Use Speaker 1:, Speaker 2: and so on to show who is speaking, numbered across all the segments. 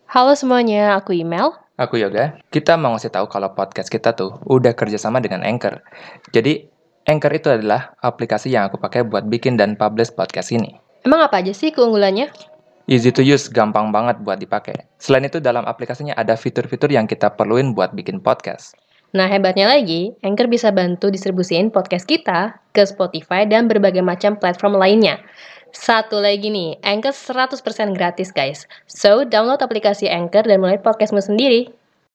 Speaker 1: Halo semuanya, aku Email.
Speaker 2: Aku Yoga. Kita mau ngasih tahu kalau podcast kita tuh udah kerjasama dengan Anchor. Jadi, Anchor itu adalah aplikasi yang aku pakai buat bikin dan publish podcast ini.
Speaker 1: Emang apa aja sih keunggulannya?
Speaker 2: Easy to use, gampang banget buat dipakai. Selain itu, dalam aplikasinya ada fitur-fitur yang kita perluin buat bikin podcast.
Speaker 1: Nah, hebatnya lagi, Anchor bisa bantu distribusiin podcast kita ke Spotify dan berbagai macam platform lainnya. Satu lagi nih, Anchor 100% gratis guys. So, download aplikasi Anchor dan mulai podcastmu sendiri.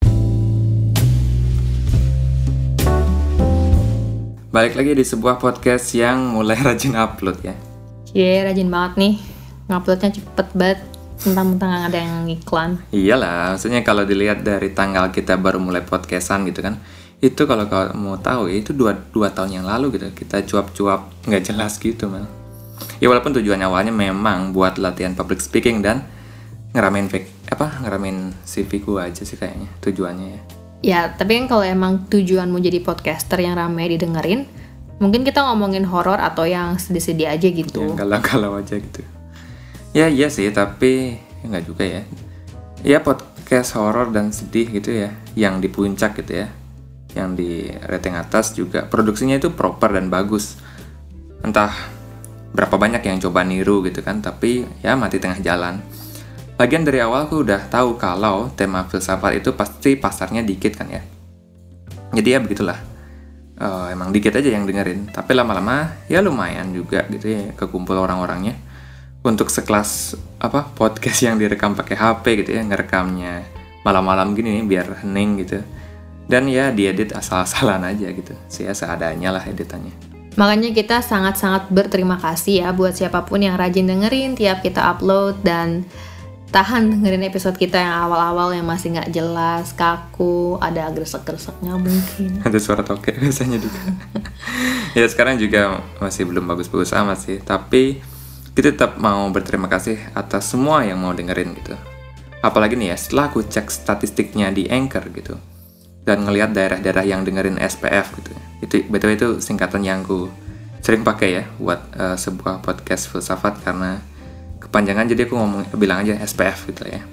Speaker 2: Balik lagi di sebuah podcast yang mulai rajin upload ya.
Speaker 1: Rajin banget nih. Nguploadnya cepet banget. Mentang-mentang ada yang iklan.
Speaker 2: Iyalah, maksudnya kalau dilihat dari tanggal kita baru mulai podcastan gitu kan, itu kalau kamu mau tahu ya, itu dua tahun yang lalu gitu, kita cuap-cuap nggak jelas gitu mal. Ya walaupun tujuan awalnya memang buat latihan public speaking dan ngeramein CV ku aja sih kayaknya tujuannya ya.
Speaker 1: Ya, tapi kan kalau emang tujuanmu jadi podcaster yang ramai didengerin, mungkin kita ngomongin horor atau yang sedih-sedih aja gitu.
Speaker 2: Yang galau-galau aja gitu. Ya iya sih, tapi ya nggak juga ya. Ya podcast horor dan sedih gitu ya, yang di puncak gitu ya, yang di rating atas juga produksinya itu proper dan bagus. Entah berapa banyak yang coba niru gitu kan, tapi ya mati tengah jalan. Lagian dari awal aku udah tahu kalau tema filsafat itu pasti pasarnya dikit kan ya. Jadi ya begitulah. Emang dikit aja yang dengerin, tapi lama-lama ya lumayan juga gitu ya kekumpul orang-orangnya. Untuk sekelas podcast yang direkam pakai HP gitu ya, ngerekamnya malam-malam gini nih biar hening gitu. Dan ya diedit asal-asalan aja gitu. Seadanya lah editannya.
Speaker 1: Makanya kita sangat-sangat berterima kasih ya buat siapapun yang rajin dengerin tiap kita upload dan tahan dengerin episode kita yang awal-awal yang masih nggak jelas, kaku, ada gresek-greseknya mungkin.
Speaker 2: Ada suara tokek biasanya juga. Ya sekarang juga masih belum bagus-bagus amat sih, tapi kita tetap mau berterima kasih atas semua yang mau dengerin gitu. Apalagi nih ya, setelah aku cek statistiknya di Anchor gitu, dan ngelihat daerah-daerah yang dengerin SPF gitu. Itu singkatan yang aku sering pakai ya buat sebuah podcast filsafat karena kepanjangan, jadi aku bilang aja SPF gitu ya.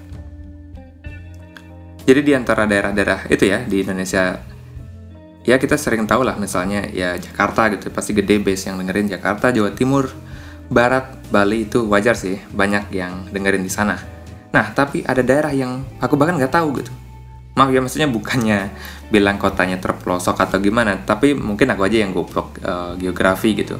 Speaker 2: Jadi di antara daerah-daerah itu ya di Indonesia, ya kita sering tahu lah misalnya ya Jakarta gitu, pasti gede base yang dengerin Jakarta, Jawa Timur, Barat, Bali itu wajar sih, banyak yang dengerin di sana. Nah, tapi ada daerah yang aku bahkan nggak tahu gitu. Maaf ya, maksudnya bukannya bilang kotanya terpelosok atau gimana, tapi mungkin aku aja yang goblok geografi gitu.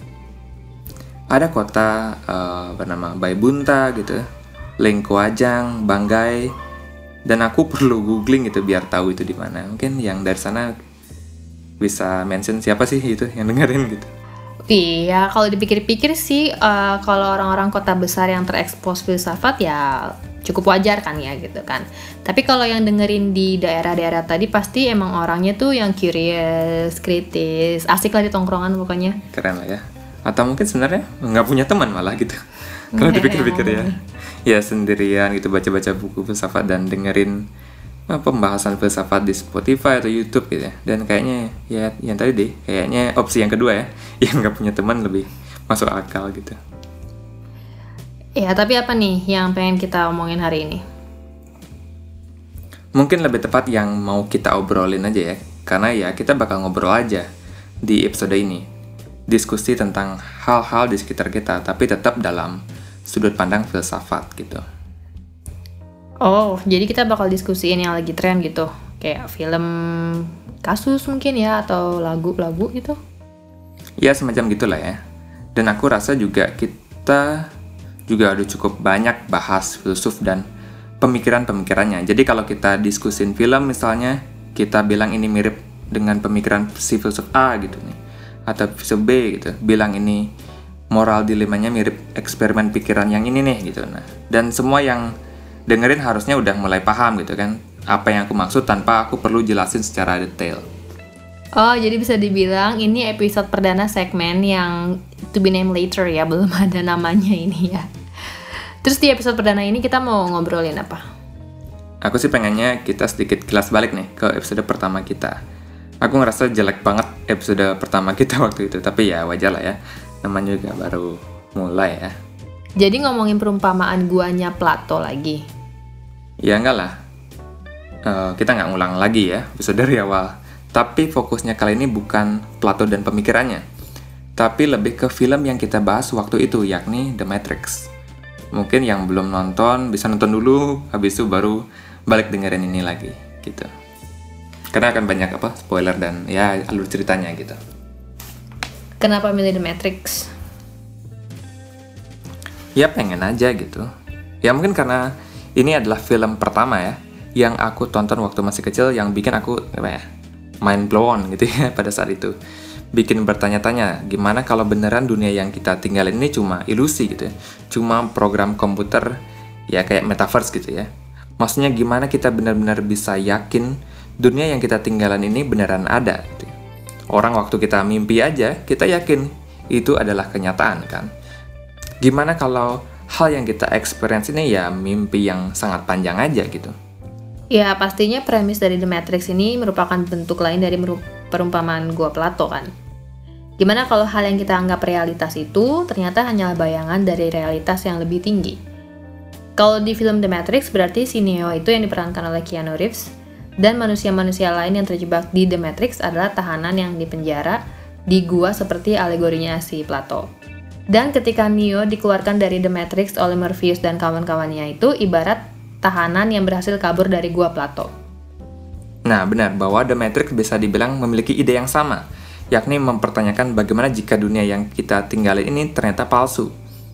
Speaker 2: Ada kota bernama Baibunta gitu, Lengkoajang, Banggai, dan aku perlu googling gitu biar tahu itu di mana. Mungkin yang dari sana bisa mention siapa sih itu yang dengerin gitu.
Speaker 1: Iya, kalau dipikir-pikir sih, kalau orang-orang kota besar yang terekspos filsafat ya cukup wajar kan ya gitu kan. Tapi kalau yang dengerin di daerah-daerah tadi pasti emang orangnya tuh yang curious, kritis, asik lah di tongkrongan pokoknya.
Speaker 2: Keren lah ya. Atau mungkin sebenarnya nggak punya teman malah gitu. Kalau dipikir-pikir ya. Ya sendirian gitu baca-baca buku filsafat dan dengerin pembahasan filsafat di Spotify atau YouTube gitu ya. Dan kayaknya ya yang tadi deh, kayaknya opsi yang kedua ya, yang nggak punya teman lebih masuk akal gitu.
Speaker 1: Ya, tapi apa nih yang pengen kita omongin hari ini?
Speaker 2: Mungkin lebih tepat yang mau kita obrolin aja ya, karena ya kita bakal ngobrol aja di episode ini. Diskusi tentang hal-hal di sekitar kita, tapi tetap dalam sudut pandang filsafat gitu.
Speaker 1: Oh, jadi kita bakal diskusiin yang lagi tren gitu, kayak film kasus mungkin ya, atau lagu-lagu gitu.
Speaker 2: Ya semacam gitulah ya. Dan aku rasa juga kita juga udah cukup banyak bahas filsuf dan pemikiran-pemikirannya. Jadi kalau kita diskusin film misalnya, kita bilang ini mirip dengan pemikiran si filsuf A gitu nih, atau filsuf B gitu, bilang ini moral dilemanya mirip eksperimen pikiran yang ini nih gitu. Nah, dan semua yang dengerin harusnya udah mulai paham gitu kan apa yang aku maksud tanpa aku perlu jelasin secara detail.
Speaker 1: Oh, jadi bisa dibilang ini episode perdana segmen yang to be named later ya, belum ada namanya ini ya. Terus di episode perdana ini kita mau ngobrolin apa?
Speaker 2: Aku sih pengennya kita sedikit kilas balik nih ke episode pertama kita. Aku ngerasa jelek banget episode pertama kita waktu itu, tapi ya wajar lah ya, namanya juga baru mulai ya.
Speaker 1: Jadi ngomongin perumpamaan guanya Plato lagi.
Speaker 2: Ya enggak lah, kita nggak ngulang lagi ya episode dari awal. Tapi fokusnya kali ini bukan Plato dan pemikirannya, tapi lebih ke film yang kita bahas waktu itu, yakni The Matrix. Mungkin yang belum nonton bisa nonton dulu, habis itu baru balik dengerin ini lagi gitu. Karena akan banyak spoiler dan ya alur ceritanya gitu.
Speaker 1: Kenapa milih The Matrix?
Speaker 2: Ya pengen aja gitu. Ya mungkin karena ini adalah film pertama ya yang aku tonton waktu masih kecil, yang bikin aku mind blown gitu ya pada saat itu. Bikin bertanya-tanya, gimana kalau beneran dunia yang kita tinggalin ini cuma ilusi gitu ya. Cuma program komputer ya kayak metaverse gitu ya. Maksudnya gimana kita benar-benar bisa yakin dunia yang kita tinggalin ini beneran ada gitu ya. Orang waktu kita mimpi aja, kita yakin itu adalah kenyataan kan. Gimana kalau hal yang kita experience ini ya mimpi yang sangat panjang aja gitu.
Speaker 1: Ya pastinya premis dari The Matrix ini merupakan bentuk lain dari perumpamaan gua Plato kan. Gimana kalau hal yang kita anggap realitas itu ternyata hanyalah bayangan dari realitas yang lebih tinggi. Kalau di film The Matrix berarti si Neo itu yang diperankan oleh Keanu Reeves, dan manusia-manusia lain yang terjebak di The Matrix adalah tahanan yang dipenjara di gua seperti alegorinya si Plato. Dan ketika Neo dikeluarkan dari The Matrix oleh Morpheus dan kawan-kawannya itu ibarat tahanan yang berhasil kabur dari gua Plato.
Speaker 2: Nah benar, bahwa The Matrix bisa dibilang memiliki ide yang sama, yakni mempertanyakan bagaimana jika dunia yang kita tinggalin ini ternyata palsu.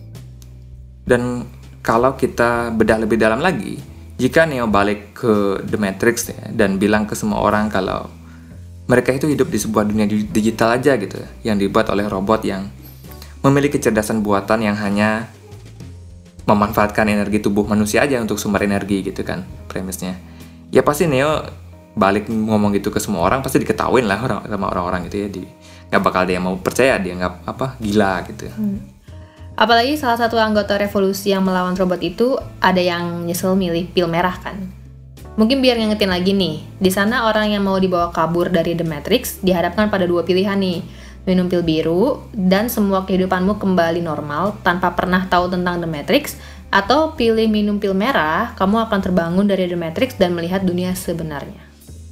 Speaker 2: Dan kalau kita bedah lebih dalam lagi, jika Neo balik ke The Matrix ya, dan bilang ke semua orang kalau mereka itu hidup di sebuah dunia digital aja gitu, yang dibuat oleh robot yang memiliki kecerdasan buatan yang hanya memanfaatkan energi tubuh manusia aja untuk sumber energi gitu kan premisnya. Ya pasti Neo balik ngomong gitu ke semua orang, pasti diketawain lah sama orang-orang gitu ya. Nggak bakal dia mau percaya, dia nggak gila gitu.
Speaker 1: Apalagi salah satu anggota revolusi yang melawan robot itu ada yang nyesel milih pil merah kan. Mungkin biar ngingetin lagi nih, di sana orang yang mau dibawa kabur dari The Matrix dihadapkan pada dua pilihan nih. Minum pil biru, dan semua kehidupanmu kembali normal tanpa pernah tahu tentang The Matrix, atau pilih minum pil merah, kamu akan terbangun dari The Matrix dan melihat dunia sebenarnya.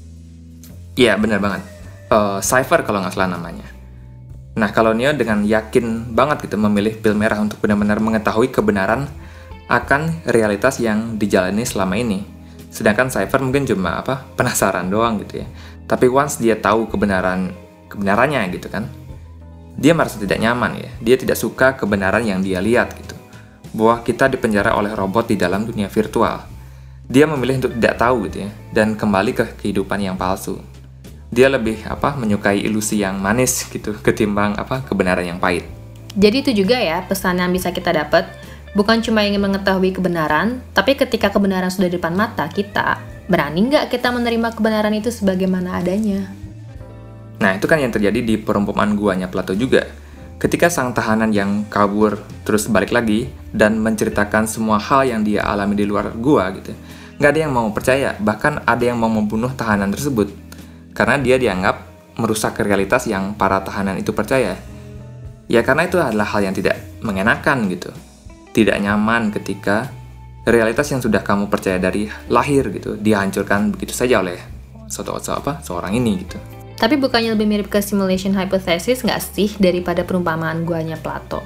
Speaker 2: Iya, benar banget. Cypher kalau nggak salah namanya. Nah, kalau Neo dengan yakin banget gitu memilih pil merah untuk benar-benar mengetahui kebenaran akan realitas yang dijalani selama ini. Sedangkan Cypher mungkin cuma penasaran doang gitu ya. Tapi once dia tahu kebenarannya gitu kan, dia merasa tidak nyaman ya. Dia tidak suka kebenaran yang dia lihat gitu, bahwa kita dipenjara oleh robot di dalam dunia virtual. Dia memilih untuk tidak tahu gitu ya, dan kembali ke kehidupan yang palsu. Dia lebih menyukai ilusi yang manis gitu ketimbang kebenaran yang pahit.
Speaker 1: Jadi itu juga ya pesan yang bisa kita dapat, bukan cuma ingin mengetahui kebenaran, tapi ketika kebenaran sudah di depan mata kita, berani nggak kita menerima kebenaran itu sebagaimana adanya?
Speaker 2: Nah, itu kan yang terjadi di perumpamaan guanya Plato juga. Ketika sang tahanan yang kabur terus balik lagi dan menceritakan semua hal yang dia alami di luar gua gitu, nggak ada yang mau percaya, bahkan ada yang mau membunuh tahanan tersebut. Karena dia dianggap merusak realitas yang para tahanan itu percaya. Ya karena itu adalah hal yang tidak mengenakan gitu. Tidak nyaman ketika realitas yang sudah kamu percaya dari lahir gitu dihancurkan begitu saja oleh seorang ini gitu.
Speaker 1: Tapi bukannya lebih mirip ke simulation hypothesis nggak sih daripada perumpamaan guanya Plato?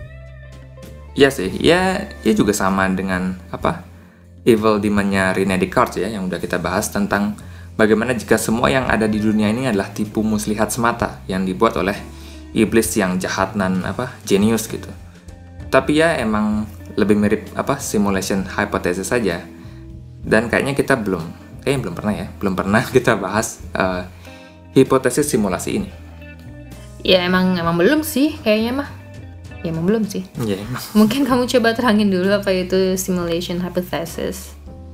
Speaker 2: Iya sih, ya juga sama dengan Evil Demon-nya René Descartes ya, yang udah kita bahas tentang bagaimana jika semua yang ada di dunia ini adalah tipu muslihat semata yang dibuat oleh iblis yang jahat dan jenius gitu. Tapi ya emang lebih mirip simulation hypothesis saja. Dan kayaknya kita belum pernah kita bahas hipotesis simulasi ini.
Speaker 1: Ya emang belum sih kayaknya mah. Ya emang belum sih.
Speaker 2: Ya, emang.
Speaker 1: Mungkin kamu coba terangin dulu apa itu simulation hypothesis.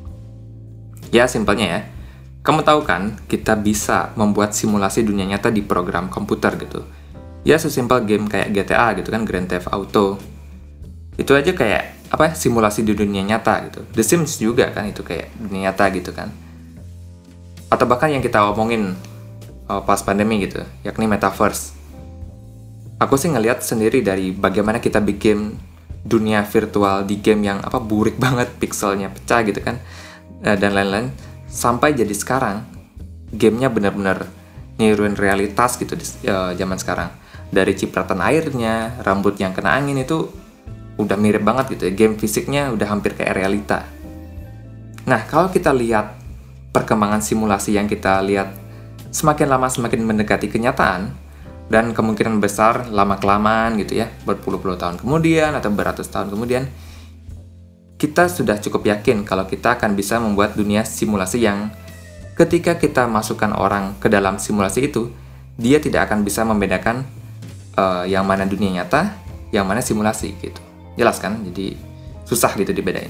Speaker 2: Ya simpelnya ya, kamu tahu kan kita bisa membuat simulasi dunia nyata di program komputer gitu. Ya sesimpel game kayak GTA gitu kan, Grand Theft Auto. Itu aja kayak simulasi di dunia nyata gitu. The Sims juga kan itu kayak dunia nyata gitu kan. Atau bahkan yang kita omongin pas pandemi gitu, yakni metaverse. Aku sih ngelihat sendiri dari bagaimana kita bikin dunia virtual di game yang burik banget, pixelnya pecah gitu kan. dan lain-lain, sampai jadi sekarang gamenya benar-benar niruin realitas gitu di zaman sekarang. Dari cipratan airnya, rambut yang kena angin itu udah mirip banget gitu ya. Game fisiknya udah hampir kayak realita. Nah, kalau kita lihat perkembangan simulasi yang kita lihat semakin lama semakin mendekati kenyataan, dan kemungkinan besar lama-kelamaan gitu ya, berpuluh-puluh tahun kemudian atau beratus tahun kemudian, kita sudah cukup yakin kalau kita akan bisa membuat dunia simulasi yang ketika kita masukkan orang ke dalam simulasi itu, dia tidak akan bisa membedakan yang mana dunia nyata, yang mana simulasi gitu. Jelas kan? Jadi susah gitu dibedain.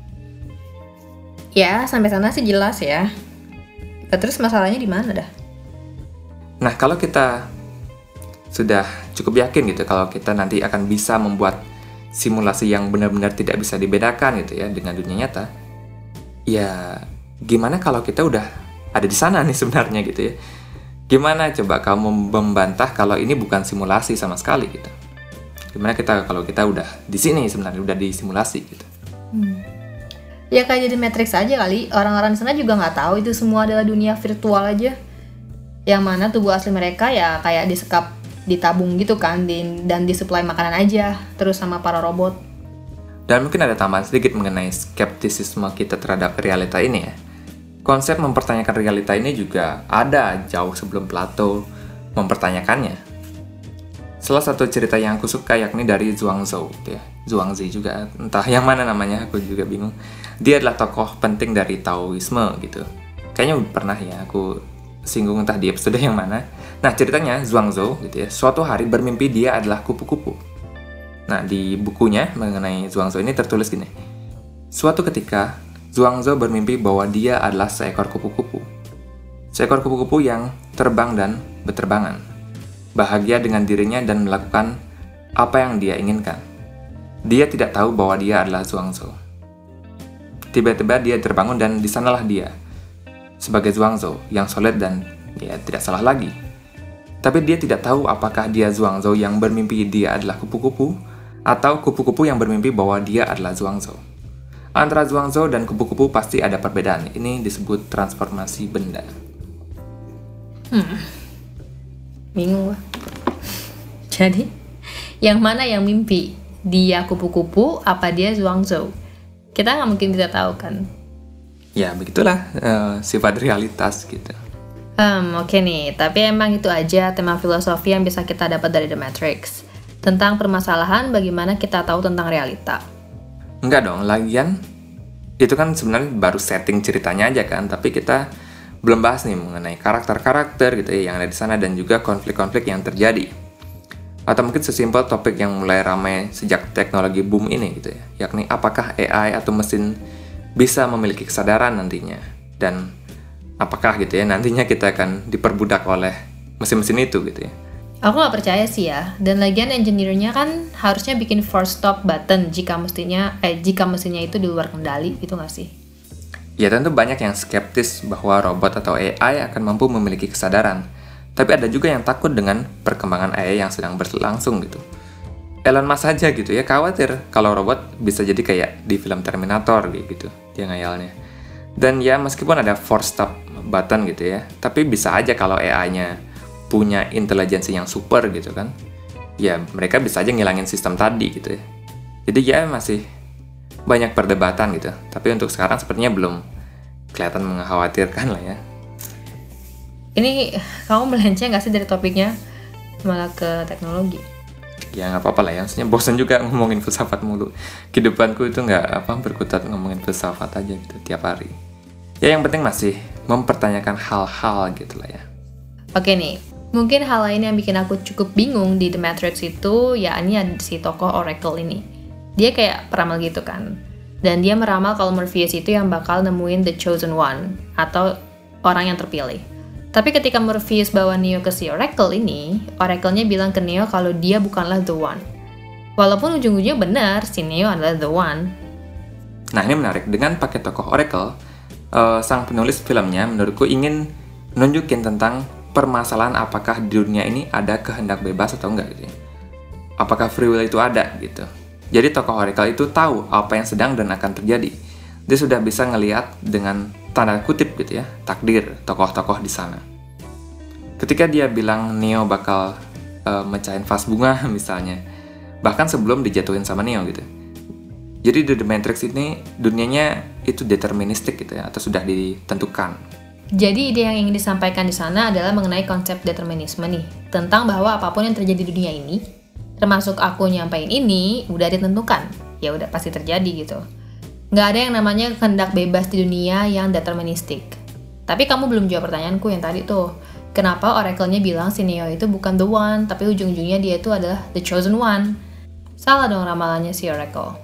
Speaker 1: Ya, sampai sana sih jelas ya. Terus masalahnya di mana dah?
Speaker 2: Nah, kalau kita sudah cukup yakin gitu kalau kita nanti akan bisa membuat simulasi yang benar-benar tidak bisa dibedakan gitu ya dengan dunia nyata, ya gimana kalau kita udah ada di sana nih sebenarnya gitu ya? Gimana coba kamu membantah kalau ini bukan simulasi sama sekali gitu? Gimana kalau kita udah di sini sebenarnya udah di simulasi gitu?
Speaker 1: Ya kayak jadi Matrix aja kali. Orang-orang di sana juga nggak tahu itu semua adalah dunia virtual aja. Yang mana tubuh asli mereka ya kayak disekap, ditabung gitu kan, dan disuplai makanan aja terus sama para robot.
Speaker 2: Dan mungkin ada tambahan sedikit mengenai skeptisisme kita terhadap realita ini ya. Konsep mempertanyakan realita ini juga ada jauh sebelum Plato mempertanyakannya. Salah satu cerita yang aku suka yakni dari Zhuangzi gitu ya. Zhuangzi juga, entah yang mana namanya, aku juga bingung. Dia adalah tokoh penting dari Taoisme gitu. Kayaknya pernah ya aku singgung entah di episode yang mana. Nah, ceritanya Zhuangzi gitu ya, suatu hari bermimpi dia adalah kupu-kupu. Nah, di bukunya mengenai Zhuangzi ini tertulis gini. Suatu ketika, Zhuangzi bermimpi bahwa dia adalah seekor kupu-kupu. Seekor kupu-kupu yang terbang dan berterbangan. Bahagia dengan dirinya dan melakukan apa yang dia inginkan. Dia tidak tahu bahwa dia adalah Zhuangzi. Tiba-tiba dia terbangun dan disanalah dia. Sebagai Zhuangzi yang solid dan ya tidak salah lagi. Tapi dia tidak tahu apakah dia Zhuangzi yang bermimpi dia adalah kupu-kupu, atau kupu-kupu yang bermimpi bahwa dia adalah Zhuangzi. Antara Zhuangzi dan kupu-kupu pasti ada perbedaan. Ini disebut transformasi benda.
Speaker 1: Bingung gua. Jadi, yang mana yang mimpi? Dia kupu-kupu, apa dia Zhuangzi? Kita nggak mungkin bisa tahu kan?
Speaker 2: Ya, begitulah sifat realitas gitu.
Speaker 1: Oke nih, tapi emang itu aja tema filosofi yang bisa kita dapat dari The Matrix. Tentang permasalahan bagaimana kita tahu tentang realita.
Speaker 2: Enggak dong, lagian itu kan sebenarnya baru setting ceritanya aja kan, tapi kita belum bahas nih mengenai karakter-karakter gitu ya yang ada di sana dan juga konflik-konflik yang terjadi. Atau mungkin sesimpel topik yang mulai ramai sejak teknologi boom ini gitu ya, yakni apakah AI atau mesin bisa memiliki kesadaran nantinya, dan apakah gitu ya nantinya kita akan diperbudak oleh mesin-mesin itu gitu ya.
Speaker 1: Aku nggak percaya sih ya, dan lagian engineer-nya kan harusnya bikin force stop button jika mesinnya itu di luar kendali, gitu nggak sih?
Speaker 2: Ya tentu banyak yang skeptis bahwa robot atau AI akan mampu memiliki kesadaran, tapi ada juga yang takut dengan perkembangan AI yang sedang berlangsung gitu. Elon Musk aja gitu ya khawatir kalau robot bisa jadi kayak di film Terminator gitu, dia ngayalnya. Dan ya meskipun ada force stop button gitu ya, tapi bisa aja kalau AI-nya punya intelijensi yang super gitu kan, ya mereka bisa aja ngilangin sistem tadi gitu ya. Jadi ya masih banyak perdebatan gitu, tapi untuk sekarang sepertinya belum kelihatan mengkhawatirkan lah ya.
Speaker 1: Ini kamu melenceng nggak sih dari topiknya malah ke teknologi?
Speaker 2: Ya nggak apa-apa lah ya, maksudnya bosan juga ngomongin filsafat mulu. Kehidupanku itu nggak berkutat ngomongin filsafat aja gitu tiap hari. Ya yang penting masih mempertanyakan hal-hal gitu lah ya.
Speaker 1: Oke nih, mungkin hal lain yang bikin aku cukup bingung di The Matrix itu, ya ini ada si tokoh Oracle ini. Dia kayak peramal gitu kan. Dan dia meramal kalau Morpheus itu yang bakal nemuin The Chosen One, atau orang yang terpilih. Tapi ketika Morpheus bawa Neo ke si Oracle ini, Oracle-nya bilang ke Neo kalau dia bukanlah The One. Walaupun ujung-ujungnya benar, si Neo adalah The One.
Speaker 2: Nah ini menarik, dengan pakai tokoh Oracle, sang penulis filmnya menurutku ingin nunjukin tentang permasalahan apakah di dunia ini ada kehendak bebas atau enggak gitu ya. Apakah free will itu ada gitu. Jadi tokoh Oracle itu tahu apa yang sedang dan akan terjadi. dia sudah bisa ngelihat dengan tanda kutip gitu ya, takdir tokoh-tokoh di sana. Ketika dia bilang Neo bakal mecahin vas bunga misalnya, bahkan sebelum dijatuhin sama Neo gitu. Jadi di The Matrix ini dunianya itu deterministik gitu ya, atau sudah ditentukan.
Speaker 1: Jadi ide yang ingin disampaikan di sana adalah mengenai konsep determinisme nih, tentang bahwa apapun yang terjadi di dunia ini, termasuk aku nyampein ini, udah ditentukan. Ya udah pasti terjadi gitu. Nggak ada yang namanya kehendak bebas di dunia yang deterministik. Tapi kamu belum jawab pertanyaanku yang tadi tuh. Kenapa Oracle-nya bilang si Neo itu bukan the one, tapi ujung-ujungnya dia itu adalah the chosen one? Salah dong ramalannya si Oracle.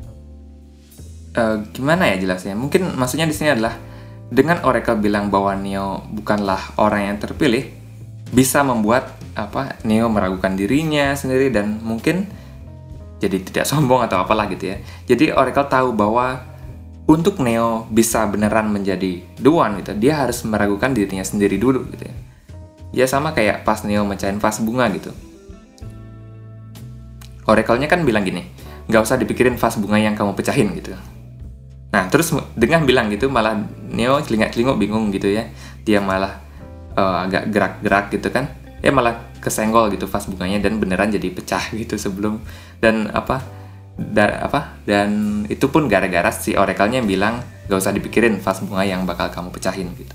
Speaker 2: Gimana ya jelasnya? Mungkin maksudnya di sini adalah dengan Oracle bilang bahwa Neo bukanlah orang yang terpilih, bisa membuat Neo meragukan dirinya sendiri dan mungkin jadi tidak sombong atau apalah gitu ya. Jadi Oracle tahu bahwa untuk Neo bisa beneran menjadi the one gitu, dia harus meragukan dirinya sendiri dulu gitu ya. Ya sama kayak pas Neo mecahin vas bunga gitu. Oracle-nya kan bilang gini, nggak usah dipikirin vas bunga yang kamu pecahin gitu. Nah, terus dengan bilang gitu malah Neo celingak-celinguk bingung gitu ya. Dia malah agak gerak-gerak gitu kan. Ya malah kesenggol gitu vas bunganya dan beneran jadi pecah gitu sebelum dan dan itu pun gara-gara si Oracle-nya bilang gak usah dipikirin vas bunga yang bakal kamu pecahin gitu.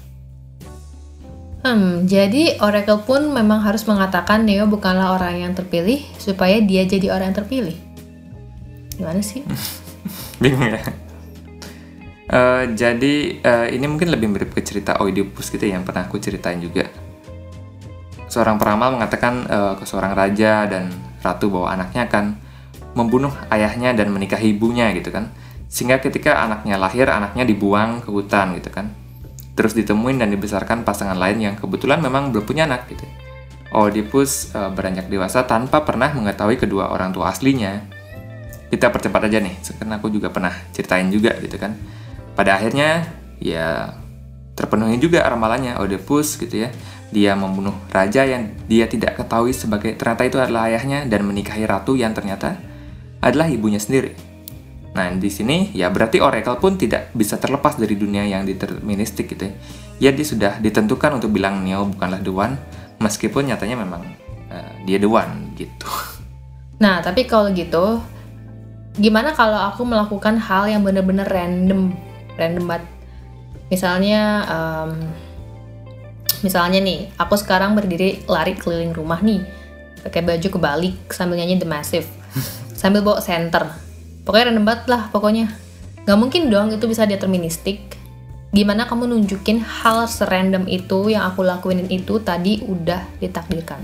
Speaker 1: Jadi Oracle pun memang harus mengatakan Neo bukanlah orang yang terpilih supaya dia jadi orang yang terpilih. Gimana sih?
Speaker 2: Bingung ya? Jadi ini mungkin lebih mirip ke cerita Oedipus gitu yang pernah aku ceritain juga. Seorang peramal mengatakan ke seorang raja dan ratu bahwa anaknya akan membunuh ayahnya dan menikahi ibunya gitu kan. Sehingga ketika anaknya lahir, anaknya dibuang ke hutan gitu kan. Terus ditemuin dan dibesarkan pasangan lain yang kebetulan memang belum punya anak gitu. Oedipus beranjak dewasa tanpa pernah mengetahui kedua orang tua aslinya. Kita percepat aja nih, karena aku juga pernah ceritain juga gitu kan. Pada akhirnya ya terpenuhi juga ramalannya Oedipus gitu ya. Dia membunuh raja yang dia tidak ketahui sebagai ternyata itu adalah ayahnya dan menikahi ratu yang ternyata adalah ibunya sendiri. Nah, di sini ya berarti Oracle pun tidak bisa terlepas dari dunia yang deterministik gitu ya. Ya dia sudah ditentukan untuk bilang Neo bukanlah the one, meskipun nyatanya memang dia the one gitu.
Speaker 1: Nah, tapi kalau gitu, gimana kalau aku melakukan hal yang bener-bener random banget? Misalnya nih, aku sekarang berdiri lari keliling rumah nih, pakai baju kebalik sambil nyanyi The Massive, sambil bawa senter. Pokoknya random banget lah pokoknya. Gak mungkin dong itu bisa deterministik. Gimana kamu nunjukin hal serandom itu yang aku lakuin itu tadi udah ditakdirkan?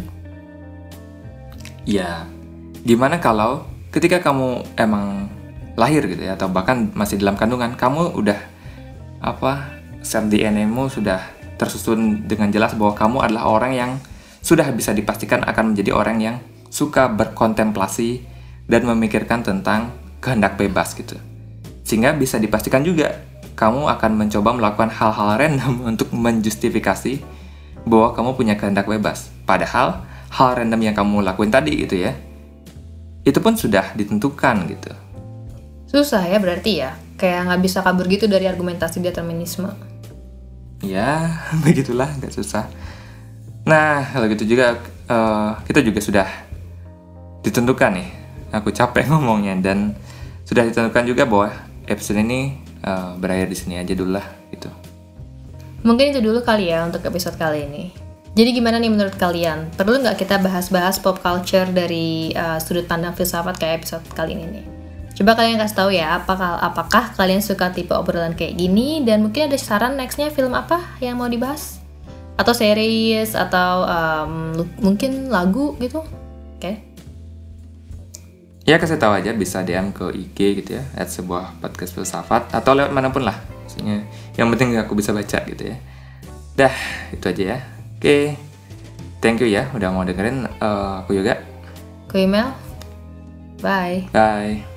Speaker 2: Ya, gimana kalau ketika kamu emang lahir gitu ya, atau bahkan masih dalam kandungan, kamu udah set DNA-mu sudah tersusun dengan jelas bahwa kamu adalah orang yang sudah bisa dipastikan akan menjadi orang yang suka berkontemplasi dan memikirkan tentang kehendak bebas gitu. Sehingga bisa dipastikan juga kamu akan mencoba melakukan hal-hal random untuk menjustifikasi bahwa kamu punya kehendak bebas. Padahal hal random yang kamu lakuin tadi gitu ya, itu pun sudah ditentukan gitu.
Speaker 1: Susah ya berarti ya? Kayak nggak bisa kabur gitu dari argumentasi determinisme.
Speaker 2: Ya, begitulah, nggak susah. Nah, kalau gitu juga kita juga sudah ditentukan nih. Aku capek ngomongnya dan sudah ditentukan juga bahwa episode ini berakhir di sini aja dulu lah gitu.
Speaker 1: Mungkin itu dulu kali ya untuk episode kali ini. Jadi gimana nih menurut kalian? Perlu nggak kita bahas-bahas pop culture dari sudut pandang filsafat kayak episode kali ini nih? Coba kalian kasih tahu ya, apakah kalian suka tipe obrolan kayak gini, dan mungkin ada saran nextnya film apa yang mau dibahas? Atau series, atau mungkin lagu gitu? Oke.
Speaker 2: Ya kasih tahu aja, bisa DM ke IG gitu ya, @sebuah podcast filsafat, atau lewat manapun lah. Maksudnya yang penting aku bisa baca gitu ya. Dah, itu aja ya. Oke. Thank you ya udah mau dengerin. Aku juga.
Speaker 1: Aku email. Bye.
Speaker 2: Bye.